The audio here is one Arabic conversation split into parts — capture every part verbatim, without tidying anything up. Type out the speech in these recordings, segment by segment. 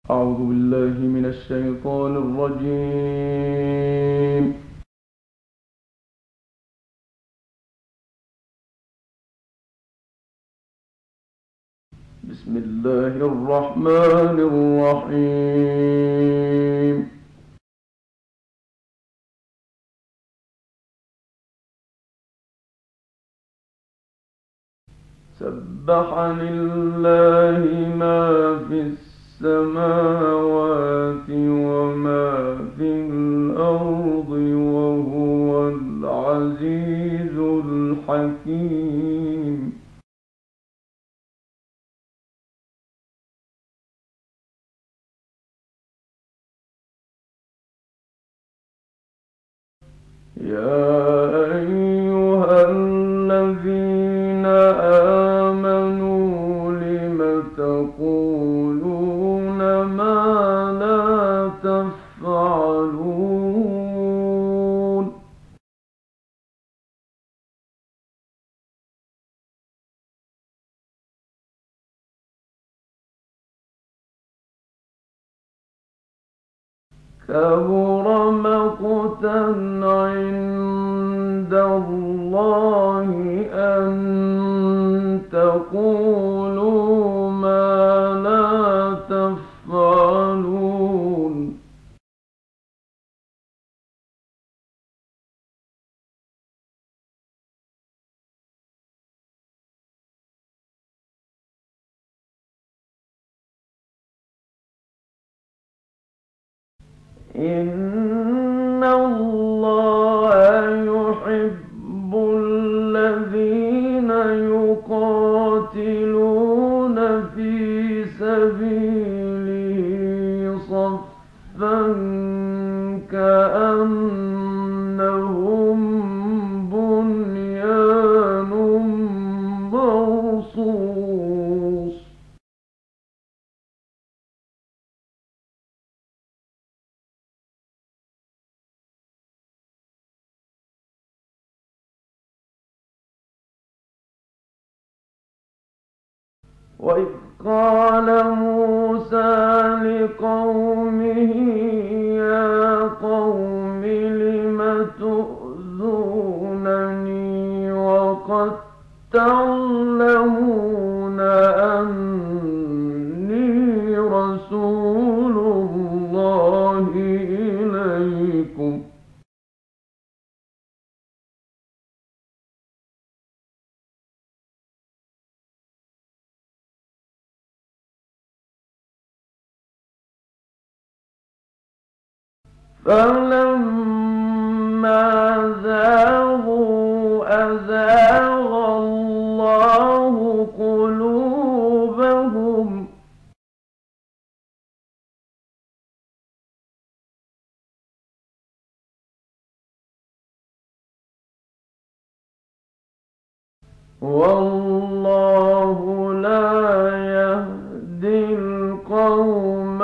أعوذ بالله من الشيطان الرجيم. بسم الله الرحمن الرحيم. سبح لله ما في السماوات وما في الأرض وهو العزيز الحكيم. يا أيها الذين آمنوا لم تقولون ما لا تفعلون. كبر مقتا عند الله أن تقولوا ما لا تفعلون. إن الله يحب الذين يقاتلون في سبيله صفا كأنهم بنيان مرصوص. وإذ قال موسى لقومه يا قوم لم تؤذونني وقد تعلمون أني رسول الله إليكم. فلما زاغوا أزاغ الله قلوبهم والله لا يهدي القوم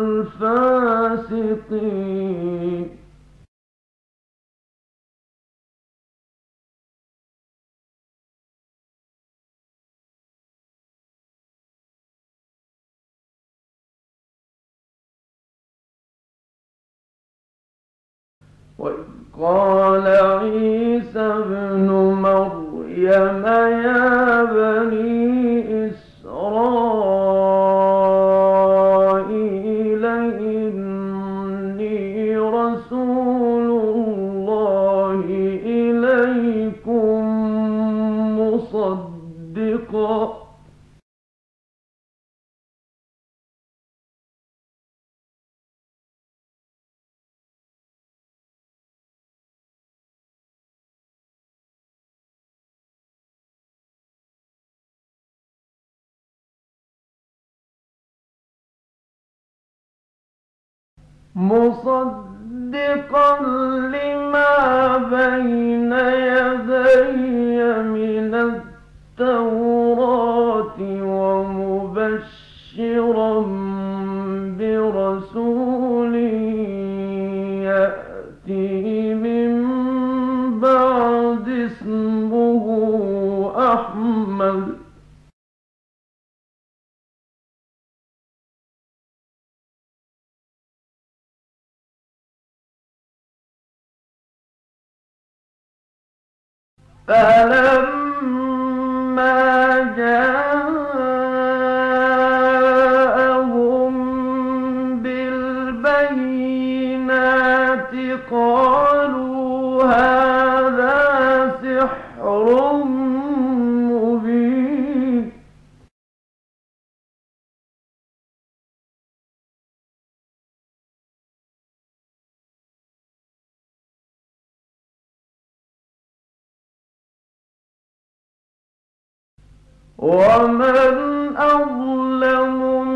الفاسقين. وإذ قال عيسى ابن مريم يا بني إسرائيل إني رسول الله إليكم مصدقا مصدقا لما بين يدي من التوراة ومبشرا برسول يأتي من بعد اسمه أحمد فلما جاءهم بالبينات قالوا هذا سحر مبين. ومن أظلم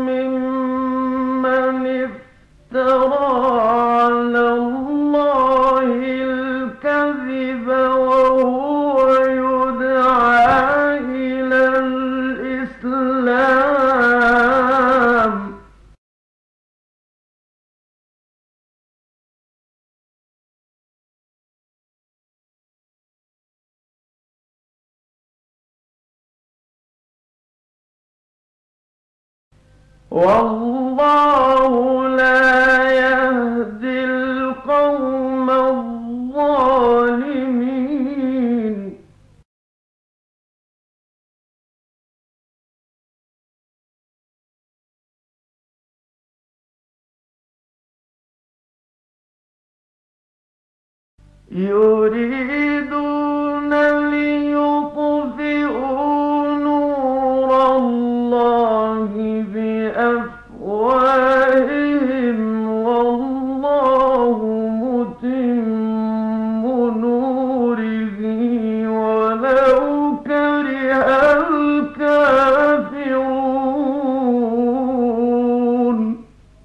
ممن افترى على الله الكذب وهو يدعى إلى الإسلام. والله لا يهدي القوم الظالمين. يريدون ليطفئوا نور الله بأفواههم والله متم نوره ولو كره الكافرون.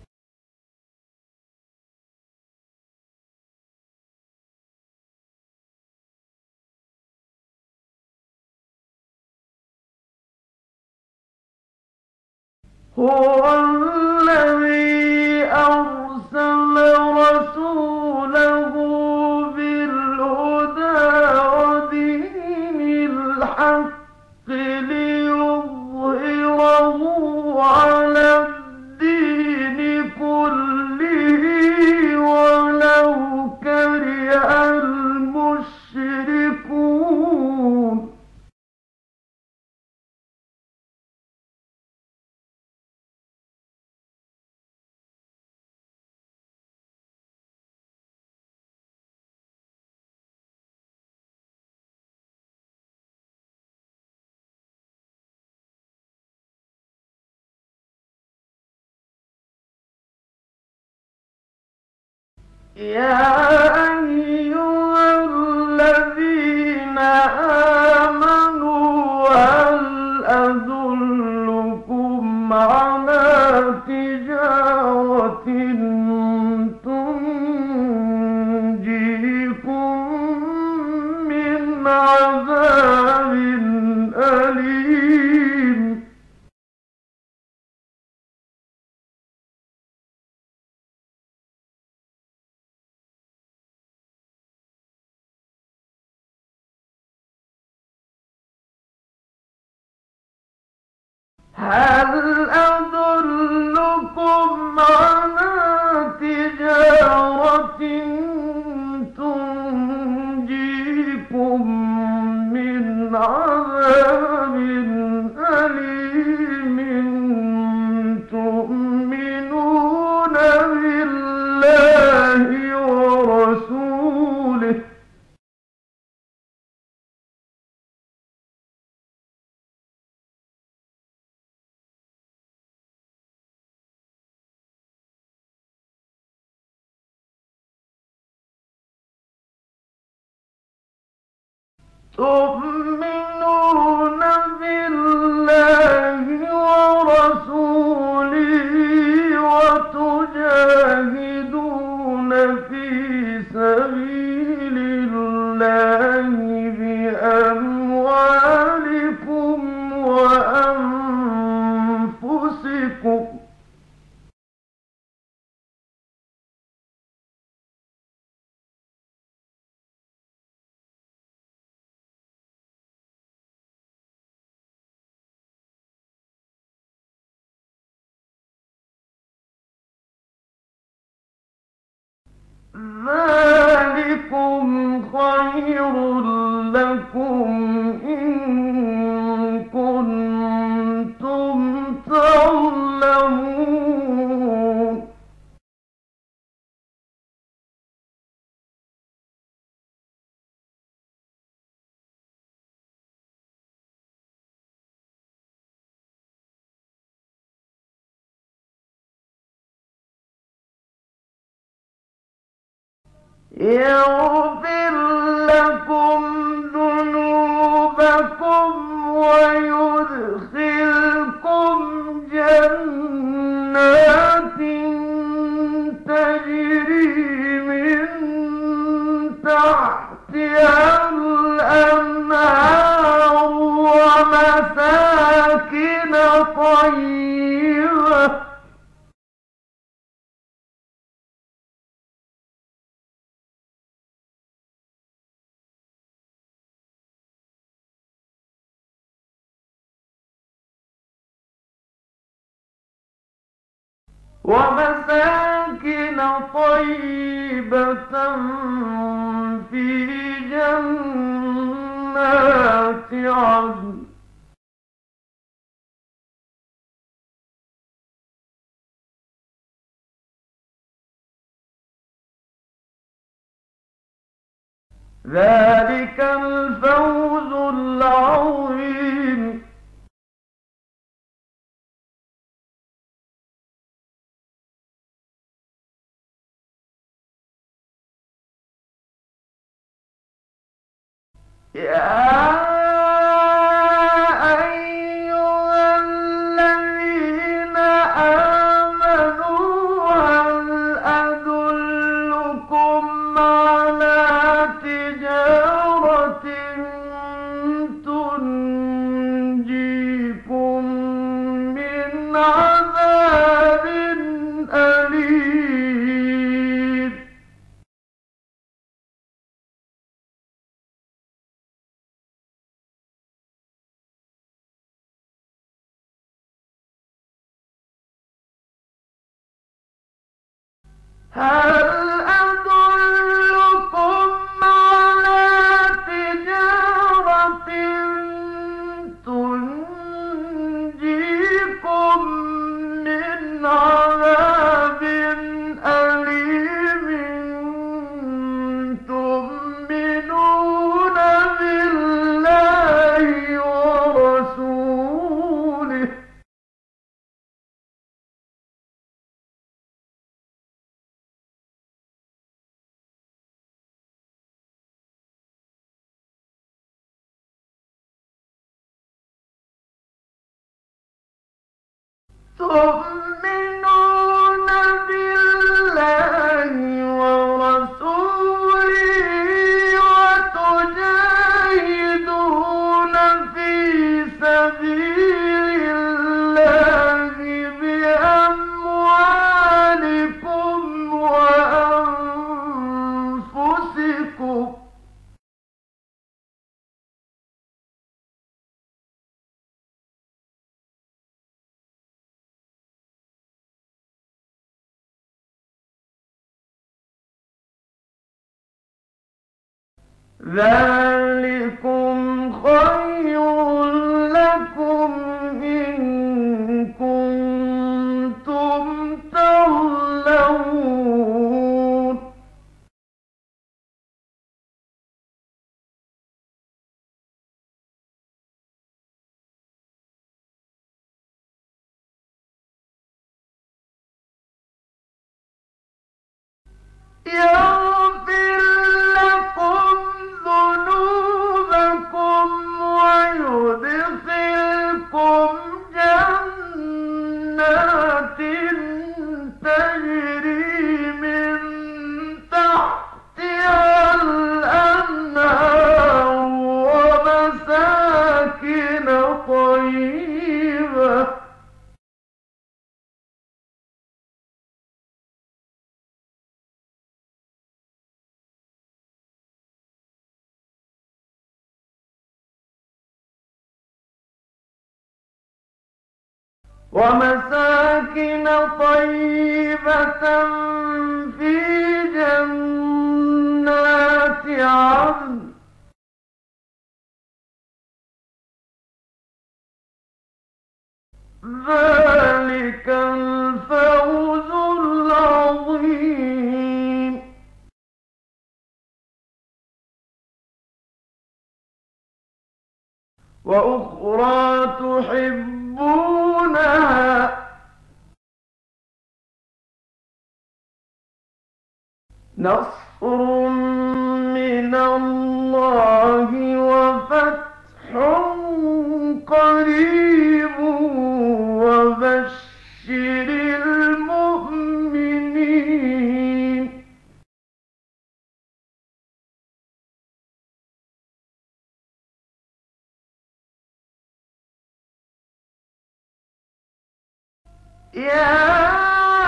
هو الذي أرسل رسوله بالهدى ودين الحق ليظهره على الدين كله ولو كره المشركون. يا أيها الذين آمنوا هل أدلكم على تجارة تنجيكم من عذاب أليم. هل أدلكم على تجارة تنجيكم من عذاب أليم تؤمنون بالله ورسوله تؤمنون بالله ورسوله وتجاهدون في سبيل الله بأموالكم وأنفسكم ذلكم خير لكم يغفر لكم ذنوبكم ويدخلكم جنات تجري من تحتها الأنهار ومساكن طيبة ومساكن طيبة في جنات عدن ذلك الفوز العظيم. يا أيها الذين آمنوا هل أدلكم على تجارة تنجيكم من عذاب أليم. هل أدلكم على تجارة تنجيكم من عذاب أليم تؤمنون بالله ورسوله تؤمنون بالله ورسوله وتجاهدون في سبيل الله بأموالكم وأنفسكم ذلكم خير لكم إن كنتم تعلمون. يغفر لكم ذنوبكم ويدخلكم جنات تجري من تحتها الأنهار ومساكن طيبة ومساكن طيبة في جنات عدن ذلك الفوز العظيم. وأخرى تحبونها نصر من الله وفتح قريب وبشر المؤمنين. يا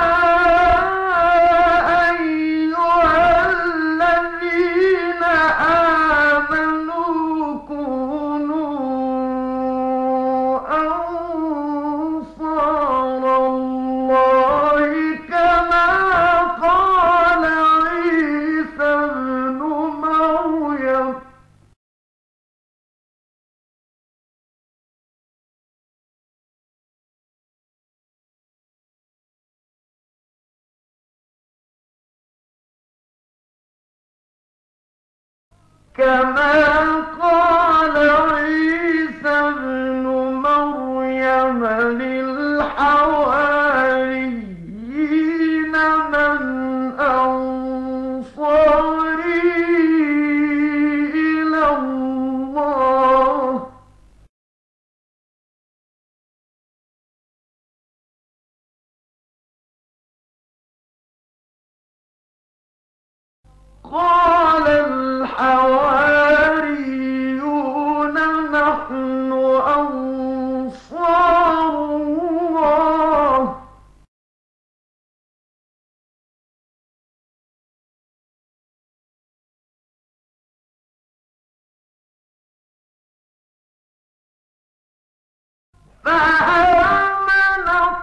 كما قال عيسى ابن مريم للحواريين من أنصاري إلى الله قال الحواريون نحن أنصار الله فآمنت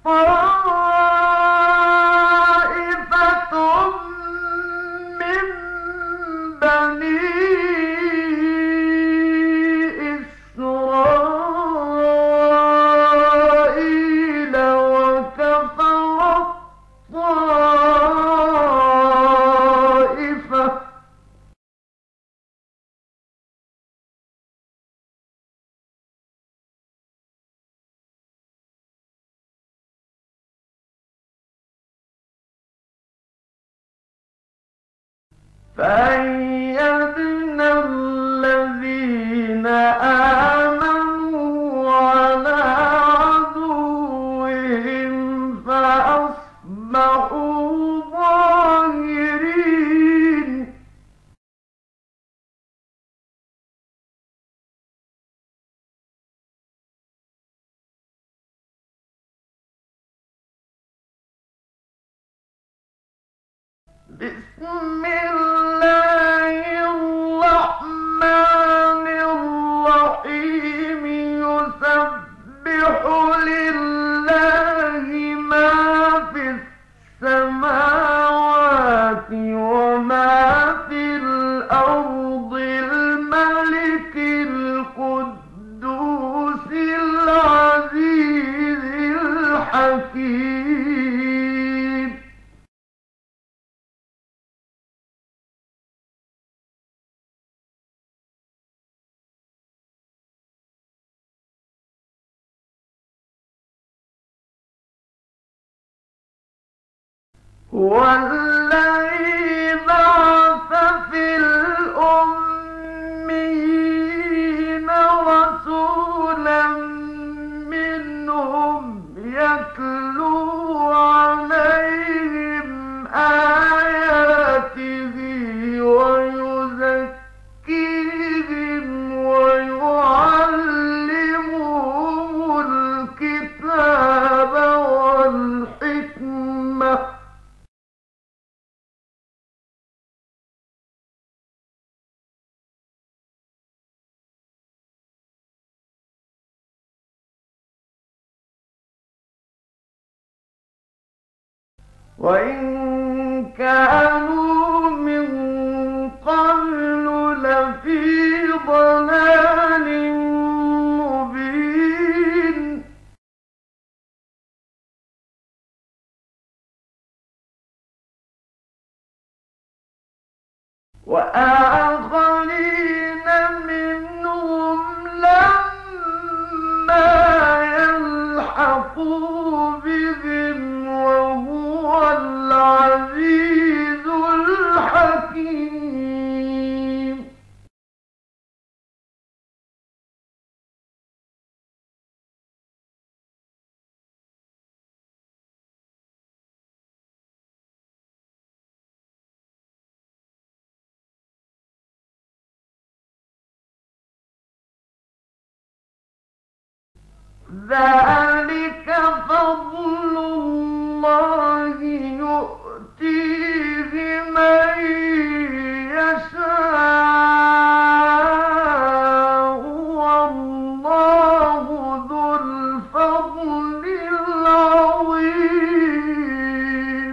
طائفة من بني إسرائيل وكفرت طائفة فأيدنا الذين آمنوا على عدوهم فأصبحوا ظاهرين. بسم الله الرحمن الرحيم يسبح لله ما في السماوات وما في الأرض الملك القدوس العزيز الحكيم. هو الذي بعث في الأميين رسولا منهم يتلو عليهم آياته ويزكيهم ويعلمهم الكتاب والحكمة وإن كانوا من قبل لفي ضلال مبين. وآخرين منهم لما يلحقوا بهم وهو العزيز الحكيم. ذلك فضل الله يؤتيه من يشاء والله ذو الفضل العظيم.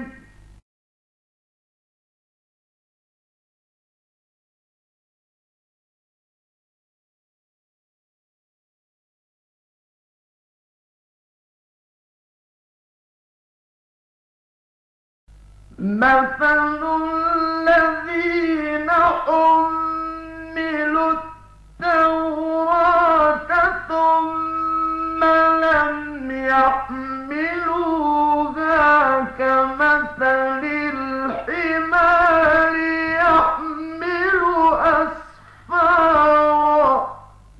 مثل الذين حملوا التوراة ثم لم يحملوها كمثل الحمار يحمل أسفارا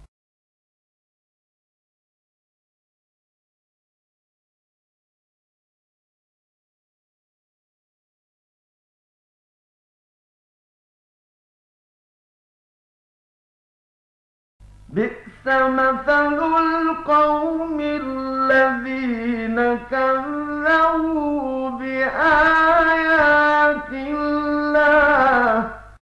بئس مثل القوم الذين كذبوا بآيات الله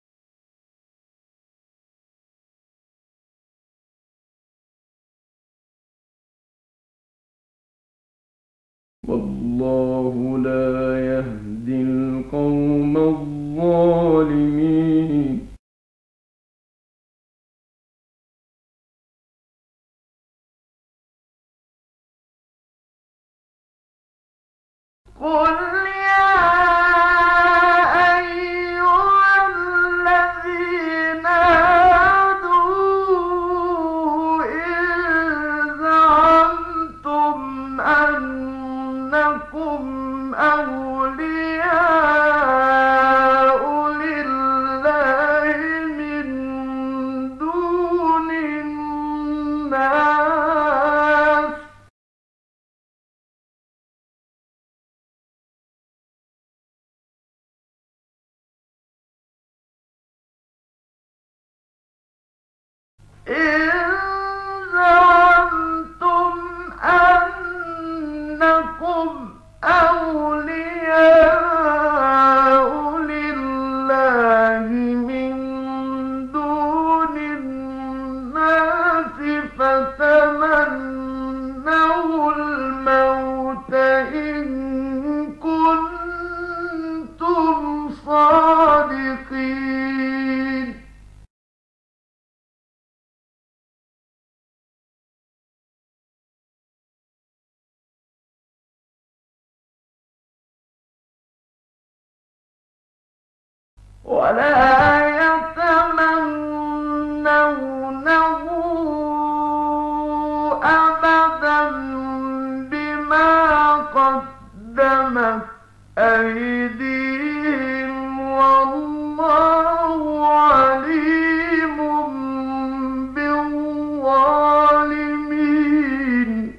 والله لا يهدي القوم الظالمين. قل يا أيها الذين هادوا إن زعمتم أنكم أولياء لله من دون الناس إن زعمتم أنكم أولياء لله من دون الناس فتمنوا الموت إن كنتم صادقين. ولا يتمنونه أبدا بما قدمت أيديهم والله عليم بالظالمين.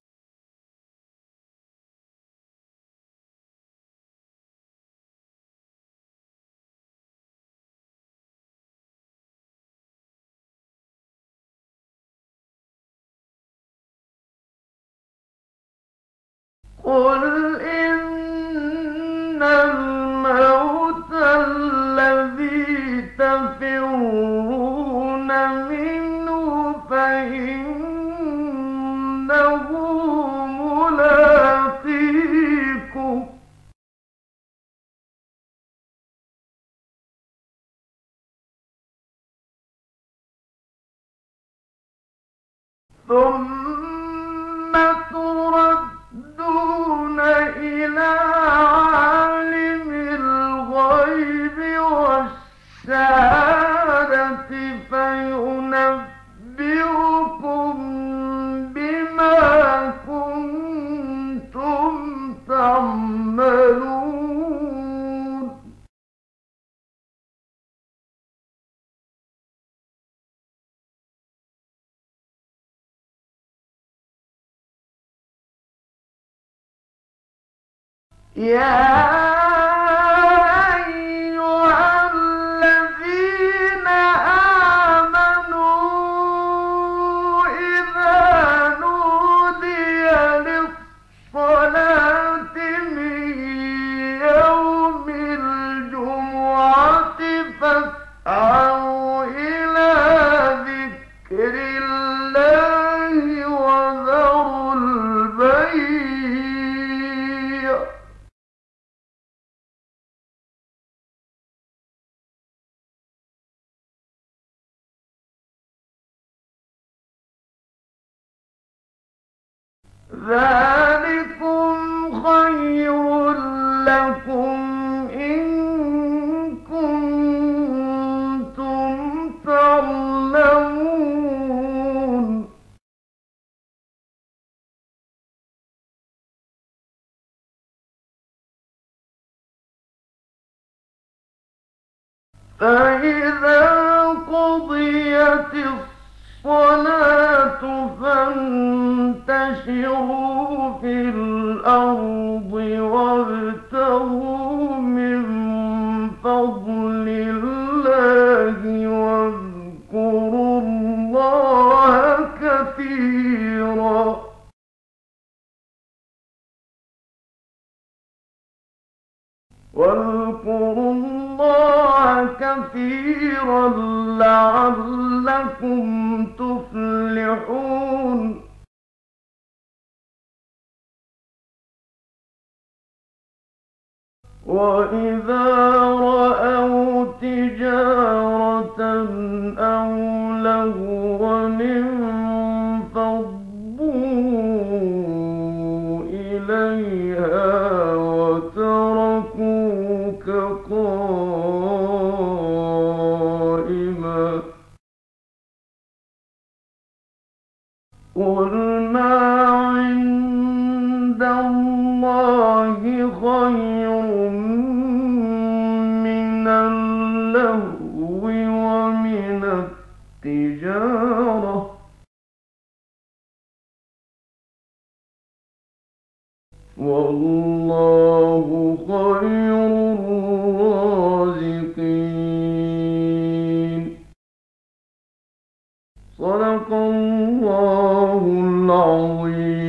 قل إن الموت الذي تفرون منه فإنه ملاقيكم ثم تردون إلى عالم الغيب والشهادة فينبئكم بما كنتم تعملون. يا أيها الذين آمنوا إذا نودي ذلكم خير لكم إن كنتم تعلمون فإذا قضيت الصلاة فانتشروا في الأرض وابتغوا من فضل الله واذكروا الله كثيرا واذكروا الله كثيرا لعلكم تفلحون وإذا رأوا تجارة أو لهوا انفضوا إليها وتركوك قائما قل ما عند الله خير من اللهو ومن التجارة والله خير الرازقين صدق الله العظيم.